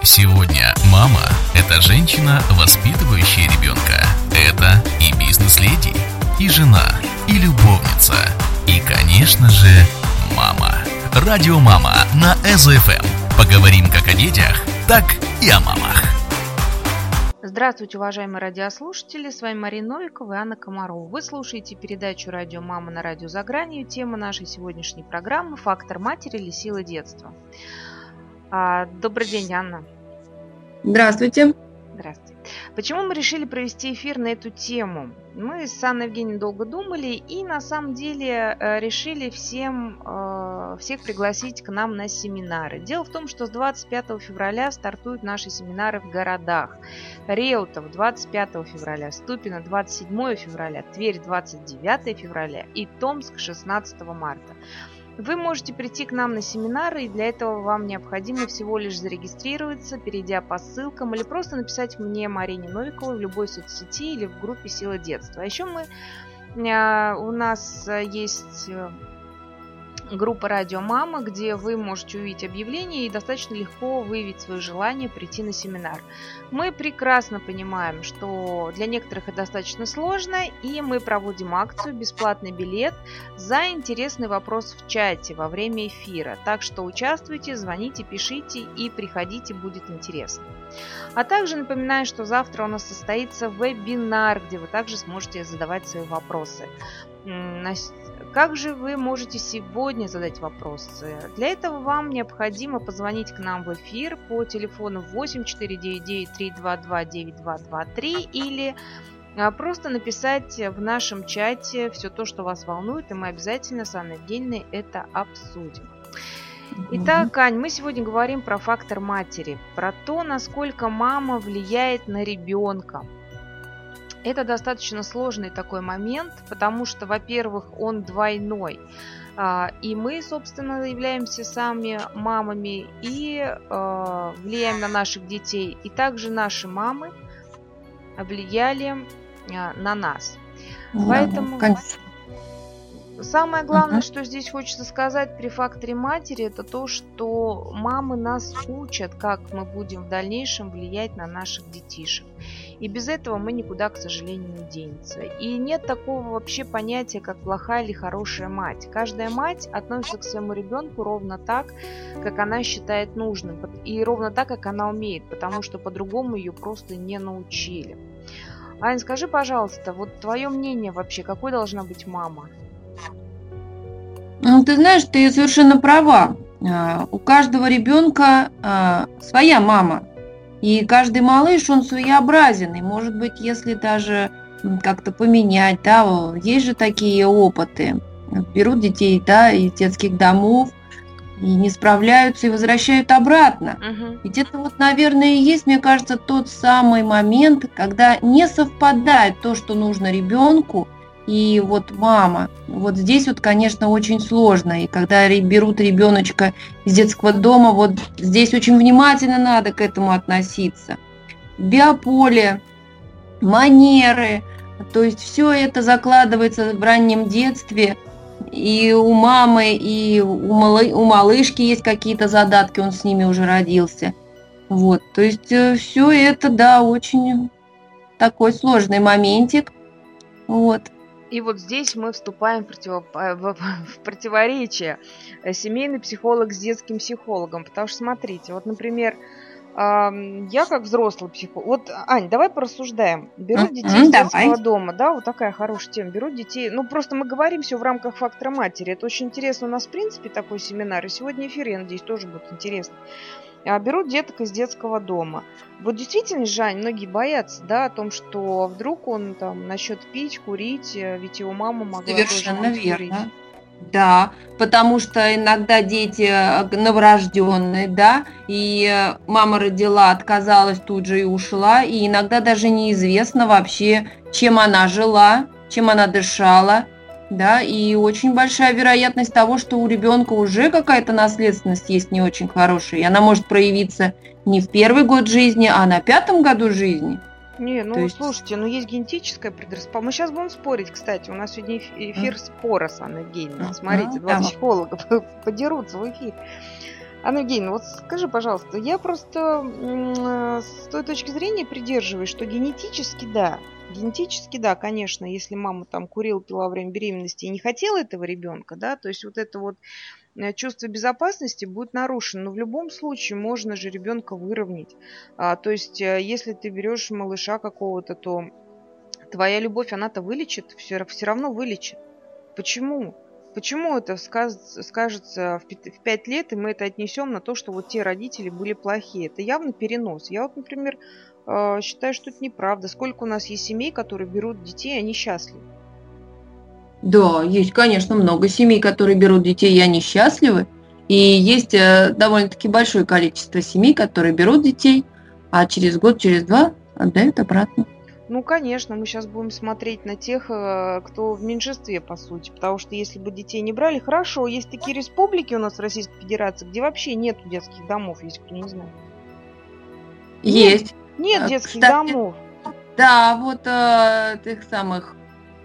Сегодня мама – это женщина, воспитывающая ребенка. Это и бизнес-леди, и жена, и любовница, и, конечно же, мама. Радио «Мама» на ЭЗ-ФМ. Поговорим как о детях, так и о мамах. Здравствуйте, уважаемые радиослушатели, с вами Марина Новикова и Анна Комарова. Вы слушаете передачу «Радио Мама» на радио «За гранью». Тема нашей сегодняшней программы «Фактор матери или сила детства». Добрый день, Анна. Здравствуйте. Здравствуйте. Почему мы решили провести эфир на эту тему? Мы с Анной Евгеньевной долго думали и на самом деле решили всех пригласить к нам на семинары. Дело в том, что с 25 февраля стартуют наши семинары в городах. Реутов 25 февраля, Ступино 27 февраля, Тверь 29 февраля и Томск 16 марта. Вы можете прийти к нам на семинары, и для этого вам необходимо всего лишь зарегистрироваться, перейдя по ссылкам, или просто написать мне, Марине Новиковой, в любой соцсети или в группе «Сила детства». А еще у нас есть группа «Радио Мама», где вы можете увидеть объявление и достаточно легко выявить свое желание прийти на семинар. Мы прекрасно понимаем, что для некоторых это достаточно сложно, и мы проводим акцию «Бесплатный билет» за интересный вопрос в чате во время эфира. Так что участвуйте, звоните, пишите и приходите, будет интересно. А также напоминаю, что завтра у нас состоится вебинар, где вы также сможете задавать свои вопросы. Как же вы можете сегодня задать вопросы? Для этого вам необходимо позвонить к нам в эфир по телефону 8499-322-9223 или просто написать в нашем чате все то, что вас волнует, и мы обязательно с Анной Евгеньевной это обсудим. Итак, Ань, мы сегодня говорим про фактор матери, про то, насколько мама влияет на ребенка. Это достаточно сложный такой момент, потому что, во-первых, он двойной. И мы, собственно, являемся сами мамами и влияем на наших детей. И также наши мамы влияли на нас. Поэтому самое главное, что здесь хочется сказать при факторе матери, это то, что мамы нас учат, как мы будем в дальнейшем влиять на наших детишек. И без этого мы никуда, к сожалению, не денемся. И нет такого вообще понятия, как плохая или хорошая мать. Каждая мать относится к своему ребенку ровно так, как она считает нужным. И ровно так, как она умеет, потому что по-другому ее просто не научили. Ань, скажи, пожалуйста, вот твое мнение вообще, какой должна быть мама? Ну, ты знаешь, ты совершенно права. У каждого ребенка своя мама. И каждый малыш, он своеобразен. И, может быть, если даже как-то поменять, да, есть же такие опыты. Берут детей, да, из детских домов, и не справляются, и возвращают обратно. Ведь это вот, наверное, и есть, мне кажется, тот самый момент, когда не совпадает то, что нужно ребенку, и вот мама. Вот здесь вот, конечно, очень сложно. И когда берут ребеночка из детского дома, вот здесь очень внимательно надо к этому относиться. Биополе, манеры, то есть все это закладывается в раннем детстве. И у мамы, и у малышки есть какие-то задатки, он с ними уже родился. Вот, то есть все это, да, очень такой сложный моментик. Вот. И вот здесь мы вступаем в противоречие семейный психолог с детским психологом. Потому что, смотрите, вот, например, я как взрослый психолог... Вот, Ань, давай порассуждаем. Берут детей из детского дома, да, вот такая хорошая тема. Берут детей... Ну, просто мы говорим все в рамках фактора матери. Это очень интересно. У нас, в принципе, такой семинар. И сегодня эфир, я надеюсь, тоже будет интересно. Берут деток из детского дома. Вот действительно, Жань, многие боятся, да, о том, что вдруг он там начнет пить, курить, ведь его мама могла совершенно тоже верно. курить. Да, потому что иногда дети новорожденные, да, и мама родила, отказалась тут же и ушла, и иногда даже неизвестно вообще, чем она жила, чем она дышала. Да, и очень большая вероятность того, что у ребенка уже какая-то наследственность есть не очень хорошая, и она может проявиться не в первый год жизни, а на 5-м году жизни. Не, ну слушайте, ну есть генетическая предрасположенность. Мы сейчас будем спорить, кстати, у нас сегодня эфир спора с Анной Евгеньевной. Смотрите, два психолога подерутся в эфире. Анна Евгеньевна, вот скажи, пожалуйста, я просто с той точки зрения придерживаюсь, что генетически да. Генетически да, конечно, если мама там курила, пила во время беременности и не хотела этого ребенка, да, то есть вот это вот чувство безопасности будет нарушено. Но в любом случае можно же ребенка выровнять. То есть если ты берешь малыша какого-то, то твоя любовь, она-то вылечит, все равно вылечит. Почему? Почему это скажется в 5 лет, и мы это отнесем на то, что вот те родители были плохие? Это явно перенос. Я вот, например, считаю, что это неправда. Сколько у нас есть семей, которые берут детей, и они счастливы? Да, есть, конечно, много семей, которые берут детей, и они счастливы. И есть довольно-таки большое количество семей, которые берут детей, а через год, через два отдают обратно. Ну, конечно, мы сейчас будем смотреть на тех, кто в меньшинстве, по сути. Потому что если бы детей не брали, хорошо, есть такие республики у нас в Российской Федерации, где вообще нет детских домов, если кто не знает. Есть. Нет детских домов. Да, вот тех самых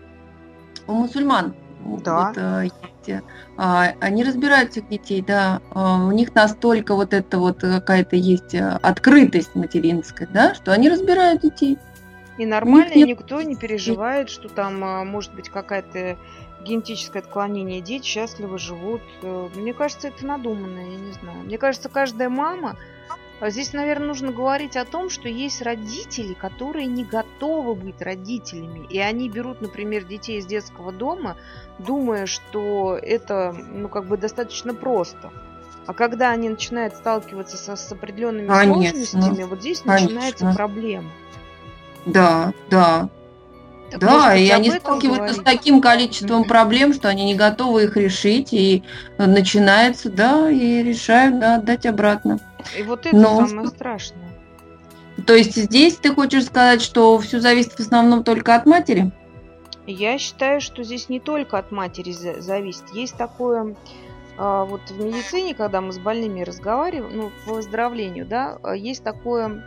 у мусульман. Да. Вот, есть. Они разбирают всех детей, да. У них настолько вот это вот какая-то есть открытость материнская, да, что они разбирают детей. И нормально, и никто не переживает, что там может быть какое-то генетическое отклонение. Дети счастливо живут. Мне кажется, это надуманно, я не знаю. Мне кажется, каждая мама... Здесь, наверное, нужно говорить о том, что есть родители, которые не готовы быть родителями. И они берут, например, детей из детского дома, думая, что это, достаточно просто. А когда они начинают сталкиваться с определенными сложностями, вот здесь начинается проблема. Да. Так, да, и они сталкиваются с таким количеством проблем, что они не готовы их решить, и начинается, да, и решают, да, отдать обратно. И вот это самое страшное. То есть здесь ты хочешь сказать, что все зависит в основном только от матери? Я считаю, что здесь не только от матери зависит. Есть такое, вот в медицине, когда мы с больными разговариваем, по выздоровлению, да, есть такое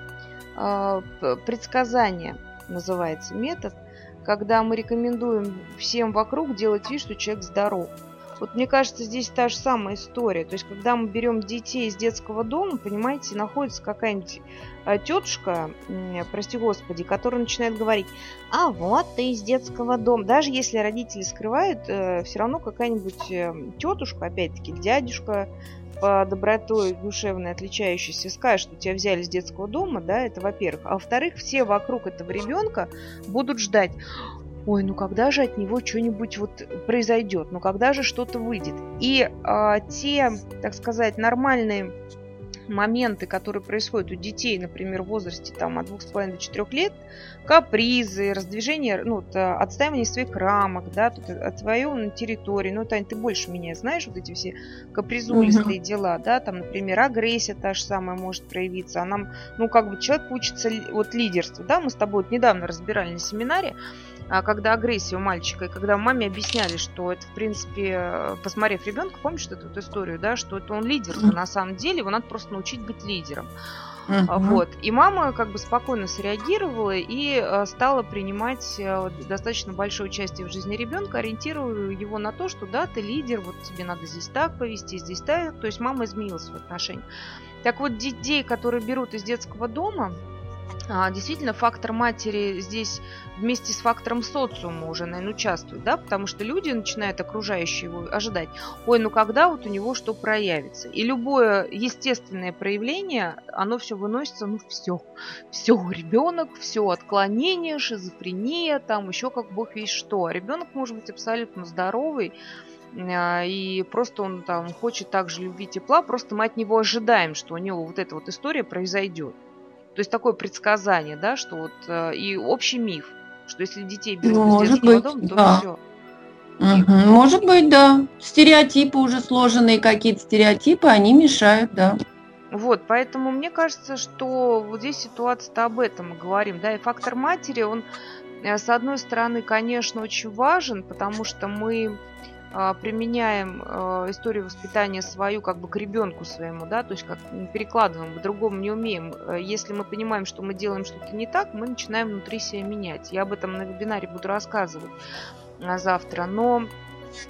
предсказание, называется метод, когда мы рекомендуем всем вокруг делать вид, что человек здоров. Вот мне кажется, здесь та же самая история. То есть, когда мы берем детей из детского дома, понимаете, находится какая-нибудь тетушка, прости господи, которая начинает говорить: а вот ты из детского дома. Даже если родители скрывают, все равно какая-нибудь тетушка, опять-таки дядюшка, по добротой душевной отличающийся, скажет, что тебя взяли из детского дома, да, это во-первых. А во-вторых, все вокруг этого ребенка будут ждать: ой, когда же от него что-нибудь вот произойдет, когда же что-то выйдет. И те, так сказать, нормальные моменты, которые происходят у детей, например, в возрасте там, от 2,5 до 4 лет, капризы, раздвижение, отстаивание своих рамок, да, отвоеванной территории. Тань, ты больше меня знаешь, вот эти все капризулистые дела, да, там, например, агрессия та же самая может проявиться, а нам, человек учится от лидерства, да, мы с тобой недавно разбирали на семинаре, когда агрессия у мальчика, и когда маме объясняли, что это, в принципе, посмотрев ребенка, помнишь эту историю, да, что это он лидер, на самом деле его надо просто научить быть лидером. Вот. И мама спокойно среагировала и стала принимать достаточно большое участие в жизни ребенка, ориентируя его на то, что да, ты лидер, вот тебе надо здесь так повести, здесь так. То есть мама изменила свои отношения. Так вот, детей, которые берут из детского дома, действительно, фактор матери здесь вместе с фактором социума уже, наверное, участвует, да, потому что люди начинают окружающие его ожидать: ой, когда вот у него что проявится. И любое естественное проявление, оно все выносится, все, ребенок, все, отклонение, шизофрения, там еще как бог весть что. А ребенок может быть абсолютно здоровый, и просто он там хочет также любви, тепла, просто мы от него ожидаем, что у него вот эта вот история произойдет. То есть такое предсказание, да, что вот и общий миф, что если детей берут из детского дома, то да. все. Может быть, да. Стереотипы уже сложенные, какие-то стереотипы, они мешают, да. Вот, поэтому мне кажется, что вот здесь ситуация-то об этом мы говорим, да, и фактор матери, он, с одной стороны, конечно, очень важен, потому что мы применяем историю воспитания свою к ребенку своему, да, то есть как перекладываем, по-другому не умеем. Если мы понимаем, что мы делаем что-то не так, мы начинаем внутри себя менять. Я об этом на вебинаре буду рассказывать завтра. Но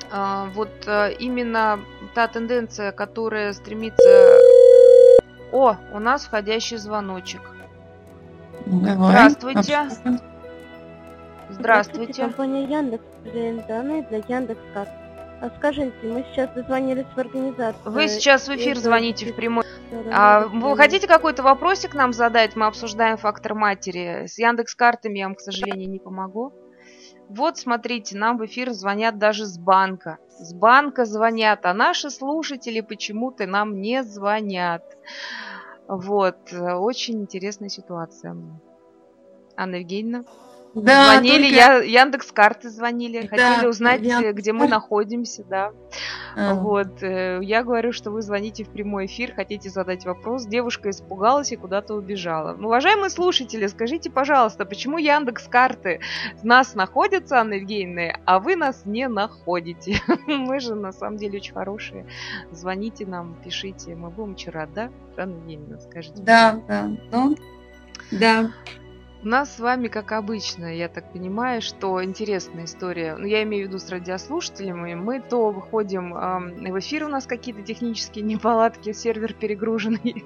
Именно та тенденция, которая стремится... О, у нас входящий звоночек. Давай. Здравствуйте. Обсудим. Здравствуйте. Компания Яндекс проверяет данные для Яндекс.Карт. А скажите, мы сейчас дозвонились в организацию. Вы сейчас в эфир звоните в прямой. Вы хотите какой-то вопросик нам задать? Мы обсуждаем фактор матери. С Яндекс.Картами я вам, к сожалению, не помогу. Вот, смотрите, нам в эфир звонят даже с банка. С банка звонят, а наши слушатели почему-то нам не звонят. Вот, очень интересная ситуация. Анна Евгеньевна? Да, Звонили, только- Яндекс.Карты звонили, Да, хотели узнать, Яндекс.Карты. где мы находимся, да. А. Вот, я говорю, что вы звоните в прямой эфир, хотите задать вопрос. Девушка испугалась и куда-то убежала. Уважаемые слушатели, скажите, пожалуйста, почему Яндекс.Карты нас находятся, Анна Евгеньевна, а вы нас не находите? Мы же на самом деле очень хорошие. Звоните нам, пишите, мы будем очень рады, да, Анна Евгеньевна, скажите. Да, да, ну, да. У нас с вами, как обычно, я так понимаю, что интересная история. Ну, я имею в виду с радиослушателями. Мы то выходим в эфир, у нас какие-то технические неполадки, сервер перегруженный.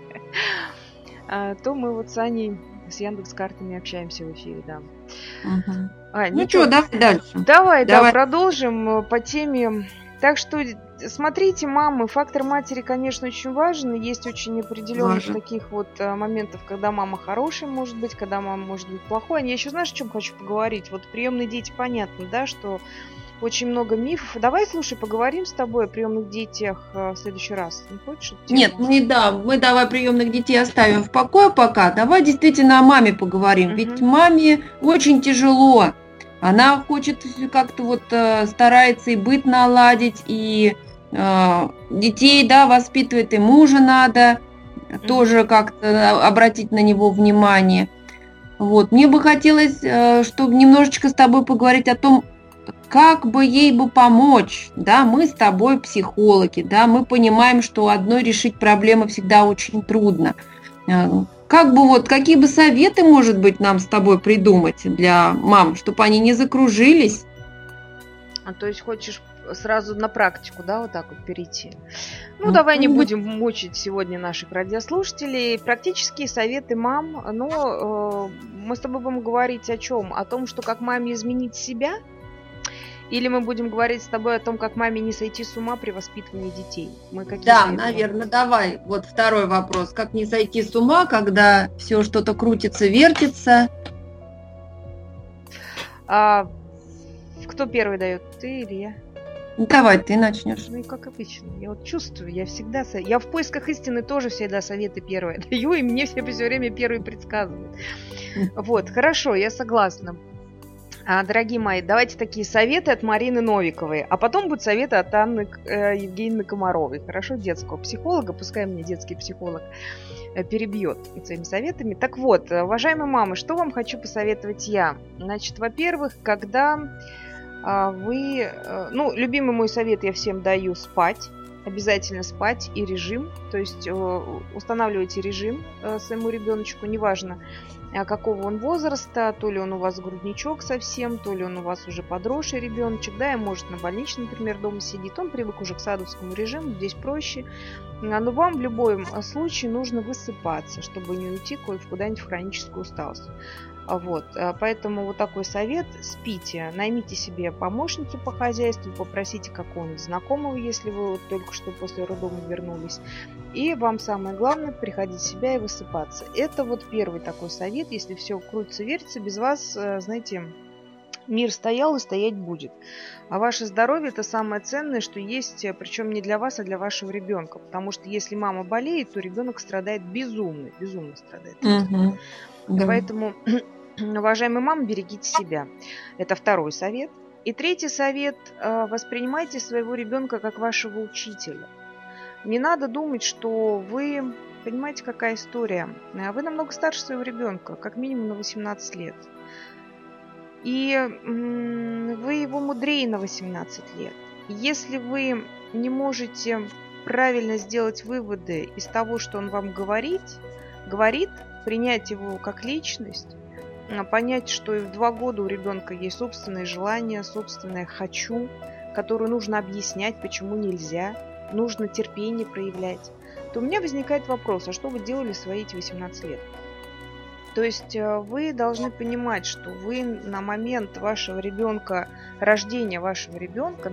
То мы вот с Аней, с Яндекс.Картами общаемся в эфире, да. Мгм. Ань, Ну что, давай дальше. Давай, Давай. продолжим по теме. Так что смотрите, мамы, фактор матери, конечно, очень важен. Есть очень определенных Важен. таких вот моментов, когда мама хорошая может быть, когда мама может быть плохой. Я еще, знаешь, о чем хочу поговорить? Вот приемные дети, понятно, да, что очень много мифов. Давай, слушай, поговорим с тобой о приемных детях в следующий раз. Не хочешь эту тему? Нет, мы давай приемных детей оставим в покое пока. Давай действительно о маме поговорим. Мгм. Ведь маме очень тяжело. Она хочет как-то вот старается и быт наладить, и детей, да, воспитывает, и мужа надо тоже как-то обратить на него внимание. Вот. Мне бы хотелось, чтобы немножечко с тобой поговорить о том, как бы ей бы помочь, да, мы с тобой психологи, да, мы понимаем, что одной решить проблемы всегда очень трудно. Как бы вот, какие бы советы, может быть, нам с тобой придумать для мам, чтобы они не закружились? То есть хочешь сразу на практику, да, вот так вот перейти? Ну, Ну, давай не ну, будем мучить сегодня наших радиослушателей. Практические советы мам, но мы с тобой будем говорить о чем? О том, что как маме изменить себя? Или мы будем говорить с тобой о том, как маме не сойти с ума при воспитывании детей? Мы какие Да, советы можем? наверное, давай. Вот второй вопрос. Как не сойти с ума, когда все что-то крутится, вертится? Кто первый дает? Ты или я? Давай, ты начнешь. Ну и как обычно. Я вот чувствую, я всегда... Я в поисках истины тоже всегда советы первые даю, и мне все время первые предсказывают. Вот, хорошо, я согласна. Дорогие мои, давайте такие советы от Марины Новиковой, а потом будут советы от Анны Евгеньевны Комаровой. Хорошо, детского психолога, пускай мне детский психолог перебьет своими советами. Так вот, уважаемые мамы, что вам хочу посоветовать я? Значит, во-первых, когда вы... Ну, любимый мой совет я всем даю: спать. Обязательно спать и режим. То есть устанавливайте режим своему ребеночку, неважно какого он возраста, то ли он у вас грудничок совсем, то ли он у вас уже подросший ребеночек, да, и может на больничном, например, дома сидит, он привык уже к садовскому режиму, здесь проще, но вам в любом случае нужно высыпаться, чтобы не уйти куда-нибудь в хроническую усталость. Вот, поэтому вот такой совет: спите, наймите себе помощницу по хозяйству, попросите какого-нибудь знакомого, если вы вот только что после роддома вернулись. И вам самое главное — приходить в себя и высыпаться. Это вот первый такой совет. Если все крутится, вертится, без вас, знаете, мир стоял и стоять будет. А ваше здоровье — это самое ценное, что есть, причем не для вас, а для вашего ребенка. Потому что если мама болеет, то ребенок страдает безумно страдает. Мгм. Да. Поэтому, уважаемые мамы, берегите себя. Это второй совет. И третий совет: воспринимайте своего ребенка как вашего учителя. Не надо думать, что вы... Понимаете, какая история? Вы намного старше своего ребенка, как минимум на 18 лет. И вы его мудрее на 18 лет. Если вы не можете правильно сделать выводы из того, что он вам говорит, принять его как личность, понять, что и в 2 года у ребенка есть собственные желания, собственное «хочу», которую нужно объяснять, почему нельзя, нужно терпение проявлять, то у меня возникает вопрос, а что вы делали свои эти 18 лет? То есть вы должны понимать, что вы на момент вашего ребенка, рождения вашего ребенка,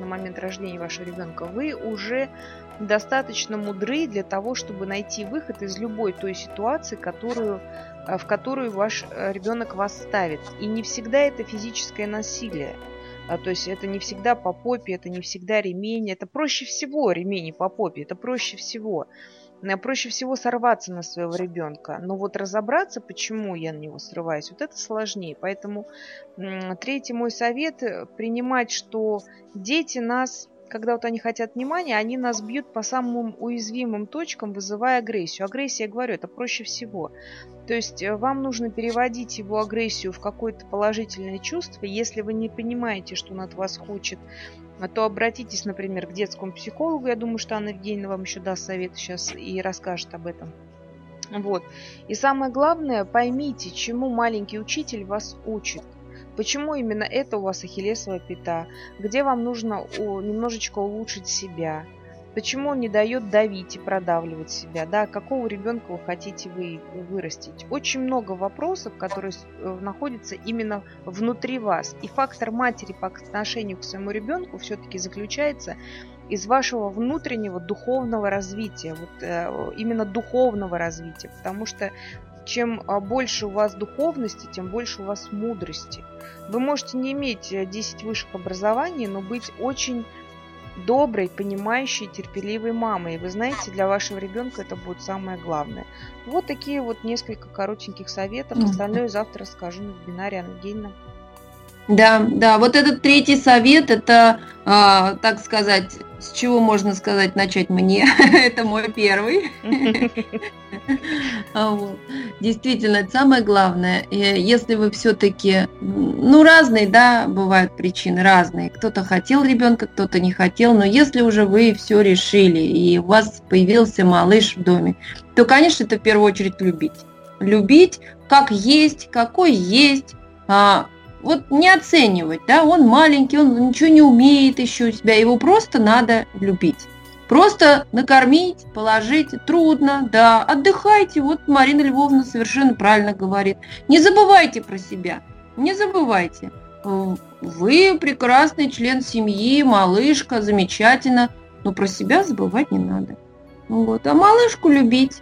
вы уже достаточно мудры для того, чтобы найти выход из любой той ситуации, в которую ваш ребенок вас ставит. И не всегда это физическое насилие. То есть это не всегда по попе, это не всегда ремень. Это проще всего ремень по попе, это проще всего. Проще всего сорваться на своего ребенка. Но вот разобраться, почему я на него срываюсь, вот это сложнее. Поэтому третий мой совет – принимать, что дети нас, когда вот они хотят внимания, они нас бьют по самым уязвимым точкам, вызывая агрессию. Агрессия, я говорю, это проще всего. То есть вам нужно переводить его агрессию в какое-то положительное чувство. Если вы не понимаете, что он от вас хочет, то обратитесь, например, к детскому психологу. Я думаю, что Анна Евгеньевна вам еще даст совет сейчас и расскажет об этом. Вот. И самое главное, поймите, чему маленький учитель вас учит. Почему именно это у вас ахиллесова пята? Где вам нужно немножечко улучшить себя? Почему он не дает давить и продавливать себя? Да? Какого ребенка вы хотите вырастить? Очень много вопросов, которые находятся именно внутри вас. И фактор матери по отношению к своему ребенку все-таки заключается из вашего внутреннего духовного развития. Вот, именно духовного развития. Потому что чем больше у вас духовности, тем больше у вас мудрости. Вы можете не иметь 10 высших образований, но быть очень доброй, понимающей, терпеливой мамой. И вы знаете, для вашего ребенка это будет самое главное. Вот такие вот несколько коротеньких советов. Остальное завтра расскажу на вебинаре Анна Евгеньевна. Да, вот этот третий совет, это, так сказать, с чего можно сказать, начать мне. Это мой первый. Действительно, это самое главное. Если вы все-таки, разные, да, бывают причины, разные. Кто-то хотел ребенка, кто-то не хотел, но если уже вы все решили, и у вас появился малыш в доме, то, конечно, это в первую очередь любить. Любить как есть, какой есть, вот не оценивать, да, он маленький, он ничего не умеет еще у себя, его просто надо любить. Просто накормить, положить, трудно, да, отдыхайте, вот Марина Львовна совершенно правильно говорит. Не забывайте про себя, не забывайте. Вы прекрасный член семьи, малышка, замечательно, но про себя забывать не надо. Вот. А малышку любить,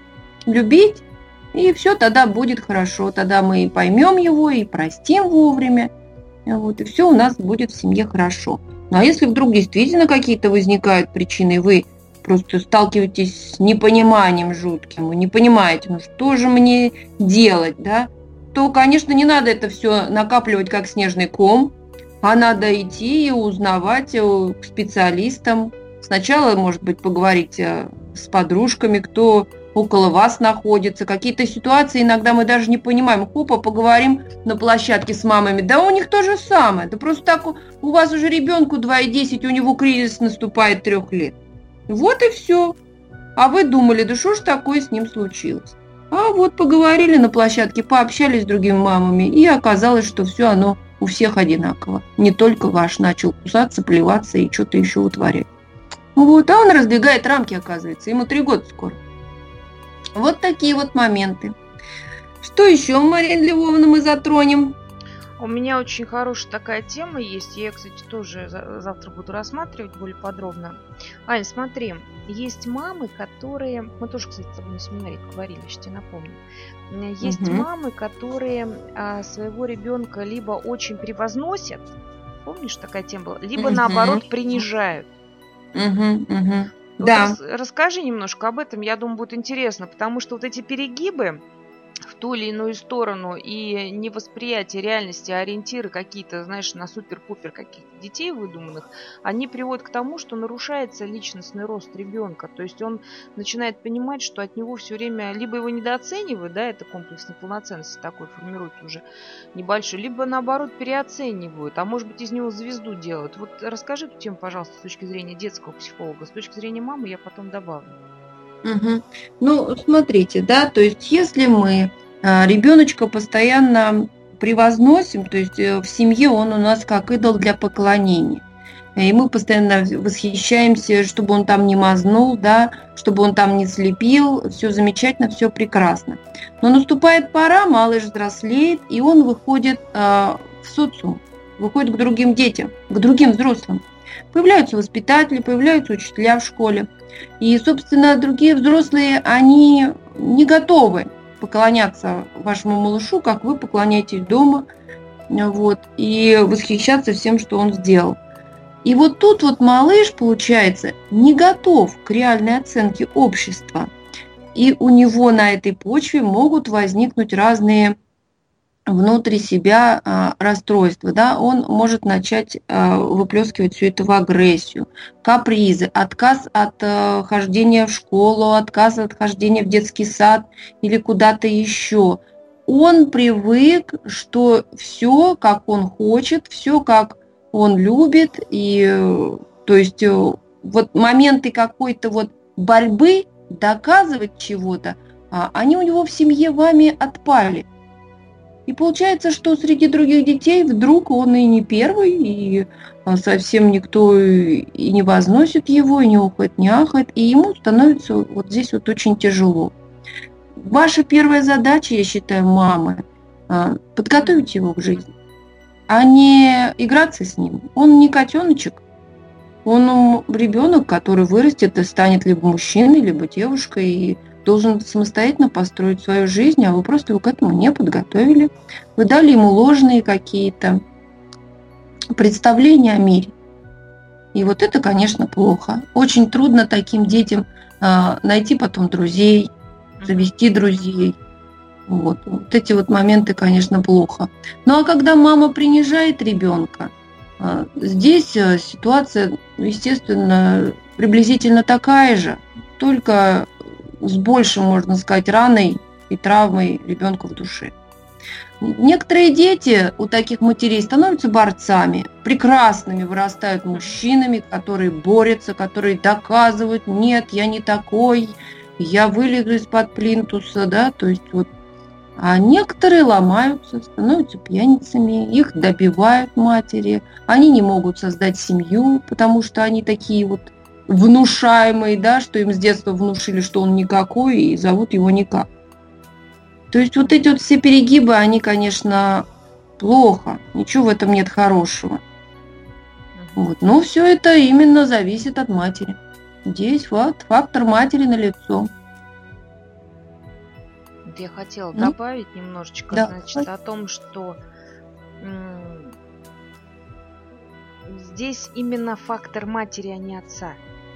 и все тогда будет хорошо. Тогда мы и поймем его, и простим вовремя. Вот, и все у нас будет в семье хорошо. Ну а если вдруг действительно какие-то возникают причины, и вы просто сталкиваетесь с непониманием жутким, вы не понимаете, что же мне делать, да, то, конечно, не надо это все накапливать как снежный ком, а надо идти и узнавать к специалистам. Сначала, может быть, поговорить с подружками, кто около вас находится. Какие-то ситуации иногда мы даже не понимаем. Хопа, поговорим на площадке с мамами. Да у них то же самое. Да просто так у вас уже ребенку 2,10, у него кризис наступает 3 лет. Вот и все. А вы думали, да что ж такое с ним случилось? А вот поговорили на площадке, пообщались с другими мамами, и оказалось, что все оно у всех одинаково. Не только ваш начал кусаться, плеваться и что-то еще утворять. Вот, а он раздвигает рамки, оказывается. Ему 3 года скоро. Вот такие вот моменты. Что еще, Марина Львовна, мы затронем? У меня очень хорошая такая тема есть. Я, кстати, тоже завтра буду рассматривать более подробно. Ань, смотри, есть мамы, которые... Мы тоже, кстати, с тобой на семинаре говорили, сейчас тебе напомню. Есть мамы, которые своего ребенка либо очень превозносят, помнишь, такая тема была, либо наоборот принижают. Вот Да. Расскажи немножко об этом, я думаю, будет интересно, потому что вот эти перегибы в ту или иную сторону и невосприятие реальности, ориентиры какие-то, знаешь, на супер-пупер каких-то детей выдуманных, они приводят к тому, что нарушается личностный рост ребенка. То есть он начинает понимать, что от него все время либо его недооценивают, да, это комплекс неполноценности такой формируется уже небольшой, либо наоборот переоценивают, а может быть из него звезду делают. Вот расскажи эту тему, пожалуйста, с точки зрения детского психолога, с точки зрения мамы я потом добавлю. Ну, смотрите, да, то есть если мы ребеночка постоянно превозносим, то есть в семье он у нас как идол для поклонения, и мы постоянно восхищаемся, чтобы он там не мазнул, да, чтобы он там не слепил, все замечательно, все прекрасно. Но наступает пора, малыш взрослеет, и он выходит в социум, выходит к другим детям, к другим взрослым. Появляются воспитатели, появляются учителя в школе. И, собственно, другие взрослые, они не готовы поклоняться вашему малышу, как вы поклоняетесь дома, вот, и восхищаться всем, что он сделал. И вот тут вот малыш, получается, не готов к реальной оценке общества. И у него на этой почве могут возникнуть разные внутри себя расстройства. Да? Он может начать выплескивать все это в агрессию, капризы, отказ от хождения в школу, отказ от хождения в детский сад или куда-то еще. Он привык, что все, как он хочет, все, как он любит, и то есть вот моменты какой-то вот борьбы, доказывать чего-то, они у него в семье вами отпали. И получается, что среди других детей вдруг он и не первый, и совсем никто и не возносит его, и не ухает, не ахает, и ему становится вот здесь вот очень тяжело. Ваша первая задача, я считаю, мамы, подготовить его к жизни, а не играться с ним. Он не котеночек, он ребенок, который вырастет и станет либо мужчиной, либо девушкой, и должен самостоятельно построить свою жизнь, а вы просто его к этому не подготовили. Вы дали ему ложные какие-то представления о мире. И вот это, конечно, плохо. Очень трудно таким детям найти потом друзей, завести друзей. Вот эти вот моменты, конечно, плохо. Ну а когда мама принижает ребенка, здесь ситуация, естественно, приблизительно такая же, только с большим, можно сказать, раной и травмой ребенка в душе. Некоторые дети у таких матерей становятся борцами, прекрасными, вырастают мужчинами, которые борются, которые доказывают: нет, я не такой, я вылезу из-под плинтуса, да, то есть вот. А некоторые ломаются, становятся пьяницами, их добивают матери, они не могут создать семью, потому что они такие вот внушаемые, да, что им с детства внушили, что он никакой, и зовут его никак. То есть вот эти вот все перегибы, они, конечно, плохо, ничего в этом нет хорошего. Вот. Но все это именно зависит от матери. Здесь вот фактор матери налицо. Я хотела добавить немножечко, да, значит, о том, что здесь именно фактор матери, а не отца.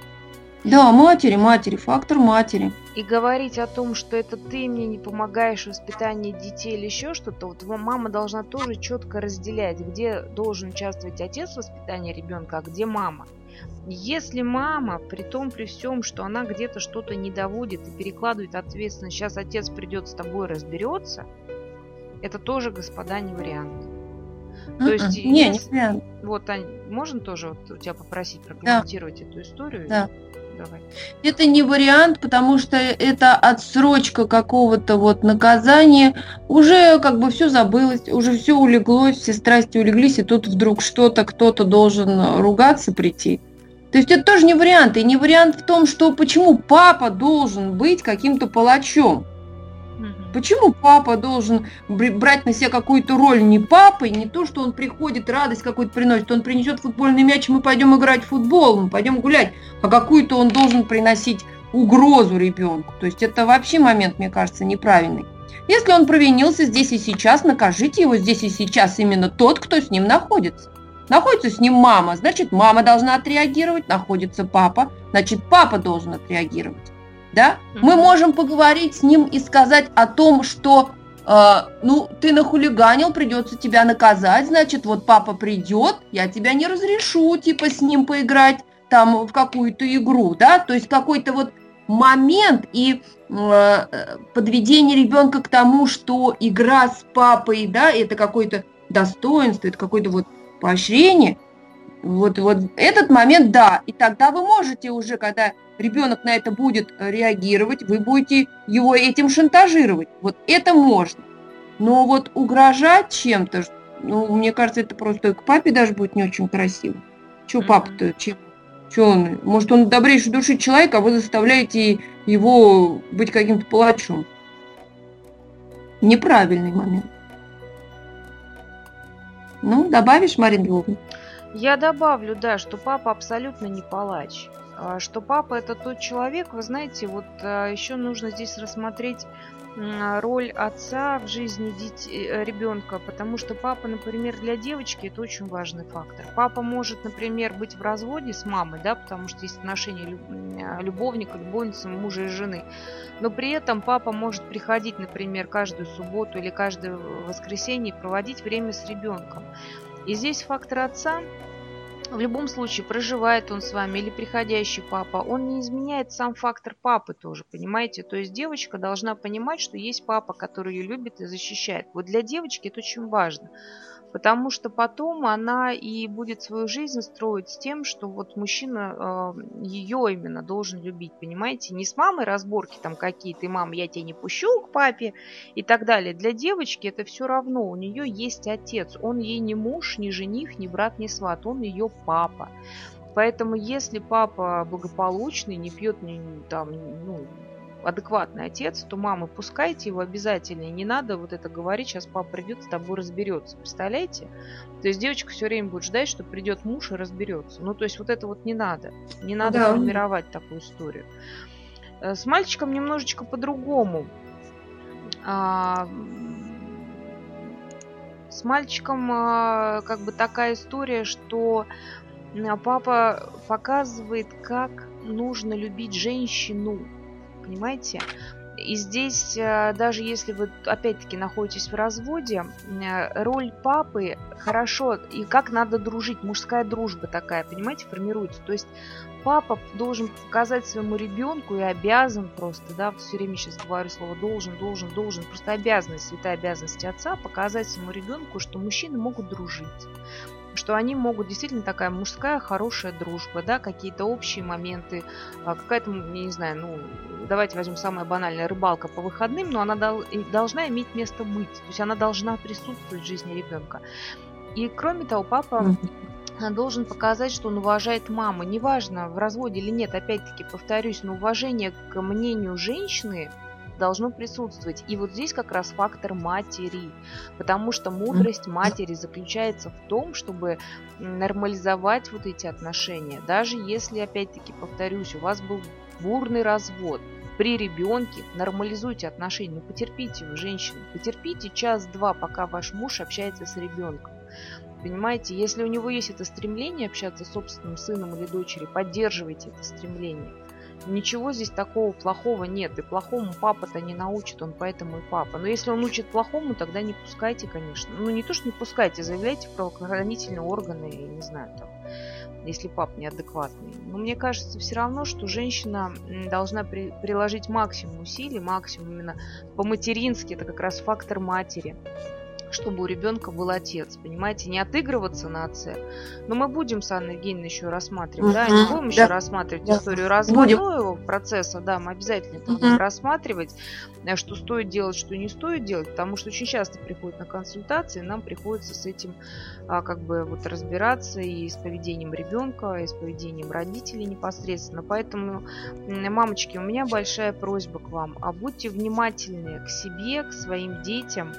Да, матери, фактор матери. И говорить о том, что это ты мне не помогаешь в воспитании детей или еще что-то, вот мама должна тоже четко разделять, где должен участвовать отец в воспитании ребенка, а где мама. Если мама, при всем, что она где-то что-то не доводит и перекладывает ответственность, сейчас отец придет с тобой разберется, это тоже, господа, не вариант. То есть, не вариант. Вот, Ань, можно тоже вот у тебя попросить прокомментировать эту историю? Да. Давай. Это не вариант, потому что это отсрочка какого-то вот наказания. Уже как бы все забылось, уже все улеглось, все страсти улеглись, и тут вдруг кто-то должен ругаться прийти. То есть это тоже не вариант. И не вариант в том, что почему папа должен быть каким-то палачом. Почему папа должен брать на себя какую-то роль не папой, не то, что он приходит, радость какую-то приносит, он принесет футбольный мяч, и мы пойдем играть в футбол, мы пойдем гулять, а какую-то он должен приносить угрозу ребенку. То есть это вообще момент, мне кажется, неправильный. Если он провинился здесь и сейчас, накажите его здесь и сейчас именно тот, кто с ним находится. Находится с ним мама, значит, мама должна отреагировать, находится папа, значит, папа должен отреагировать. Да? Мы можем поговорить с ним и сказать о том, что ты нахулиганил, придется тебя наказать, значит, вот папа придет, я тебя не разрешу, типа, с ним поиграть там в какую-то игру, да, то есть какой-то вот момент и подведение ребенка к тому, что игра с папой, да, это какое-то достоинство, это какое-то вот поощрение. Вот этот момент, да, и тогда вы можете уже, когда ребенок на это будет реагировать, вы будете его этим шантажировать. Вот это можно. Но вот угрожать чем-то, мне кажется, это просто к папе даже будет не очень красиво. Чего папа-то? Чего он? Может, он добрейший души человек, а вы заставляете его быть каким-то палачом. Неправильный момент. Ну, добавишь, Марина Львовна? Я добавлю, да, что папа абсолютно не палач. Что папа это тот человек, вы знаете, вот еще нужно здесь рассмотреть роль отца в жизни ребенка, потому что папа, например, для девочки это очень важный фактор. Папа может, например, быть в разводе с мамой, да, потому что есть отношения любовника, любовницы, мужа и жены, но при этом папа может приходить, например, каждую субботу или каждое воскресенье и проводить время с ребенком. И здесь фактор отца. В любом случае, проживает он с вами или приходящий папа, он не изменяет сам фактор папы тоже, понимаете? То есть девочка должна понимать, что есть папа, который ее любит и защищает. Вот для девочки это очень важно, потому что потом она и будет свою жизнь строить с тем, что вот мужчина ее именно должен любить, понимаете? Не с мамой разборки там какие-то, и мама, я тебя не пущу к папе и так далее. Для девочки это все равно, у нее есть отец, он ей не муж, не жених, не брат, не сват, он ее папа. Поэтому если папа благополучный, не пьет адекватный отец, то мамы, пускайте его обязательно. И не надо вот это говорить, сейчас папа придет, с тобой разберется. Представляете? То есть девочка все время будет ждать, что придет муж и разберется. Ну, то есть вот это вот не надо. Не надо формировать такую историю. С мальчиком немножечко по-другому. С мальчиком как бы такая история, что папа показывает, как нужно любить женщину. Понимаете? И здесь, даже если вы, опять-таки, находитесь в разводе, роль папы хорошо, и как надо дружить, мужская дружба такая, понимаете, формируется. То есть папа должен показать своему ребенку и обязан просто, да, все время сейчас говорю слово должен, просто обязанность, святая обязанность отца показать своему ребенку, что мужчины могут дружить. Что они могут действительно такая мужская хорошая дружба, да, какие-то общие моменты, какая-то, я не знаю, давайте возьмем самое банальное, рыбалка по выходным, но она должна иметь место быть, то есть она должна присутствовать в жизни ребенка. И кроме того, папа должен показать, что он уважает маму, неважно, в разводе или нет, опять-таки повторюсь, но уважение к мнению женщины должно присутствовать. И вот здесь как раз фактор матери, потому что мудрость матери заключается в том, чтобы нормализовать вот эти отношения. Даже если, опять-таки, повторюсь, у вас был бурный развод, при ребенке нормализуйте отношения, потерпите вы, женщины, потерпите час-два, пока ваш муж общается с ребенком. Понимаете, если у него есть это стремление общаться с собственным сыном или дочерью, поддерживайте это стремление. Ничего здесь такого плохого нет, и плохому папа-то не научит, он поэтому и папа. Но если он учит плохому, тогда не пускайте, конечно. Не то, что не пускайте, заявляйте в правоохранительные органы, я не знаю, там, если папа неадекватный. Но мне кажется все равно, что женщина должна приложить максимум усилий, максимум именно по-матерински, это как раз фактор матери, чтобы у ребенка был отец, понимаете, не отыгрываться на отце. Но мы будем с Анной Евгеньевной еще рассматривать, да, не будем еще рассматривать историю разводного процесса, да, мы обязательно это будем рассматривать, что стоит делать, что не стоит делать, потому что очень часто приходят на консультации, нам приходится с этим как бы вот разбираться и с поведением ребенка, и с поведением родителей непосредственно. Поэтому, мамочки, у меня большая просьба к вам, будьте внимательны к себе, к своим детям,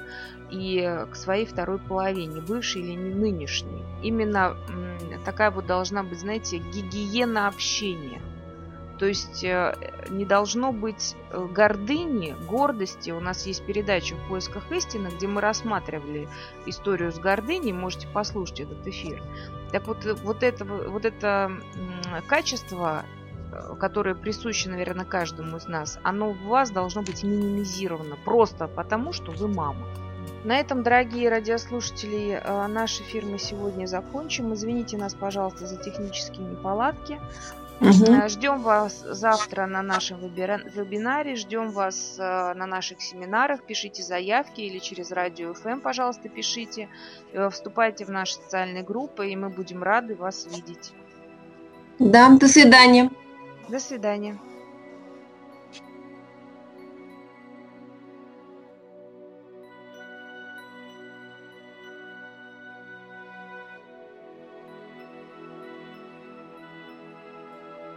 и к своей второй половине, бывшей или нынешней. Именно такая вот должна быть, знаете, гигиена общения. То есть не должно быть гордыни, гордости. У нас есть передача «В поисках истины», где мы рассматривали историю с гордыней. Можете послушать этот эфир. Так вот это качество, которое присуще, наверное, каждому из нас, оно у вас должно быть минимизировано просто потому, что вы мама. На этом, дорогие радиослушатели, наш эфир мы сегодня закончим. Извините нас, пожалуйста, за технические неполадки. Ждем вас завтра на нашем вебинаре, ждем вас на наших семинарах. Пишите заявки или через Радио ФМ, пожалуйста, пишите. Вступайте в наши социальные группы, и мы будем рады вас видеть. Да, до свидания. До свидания.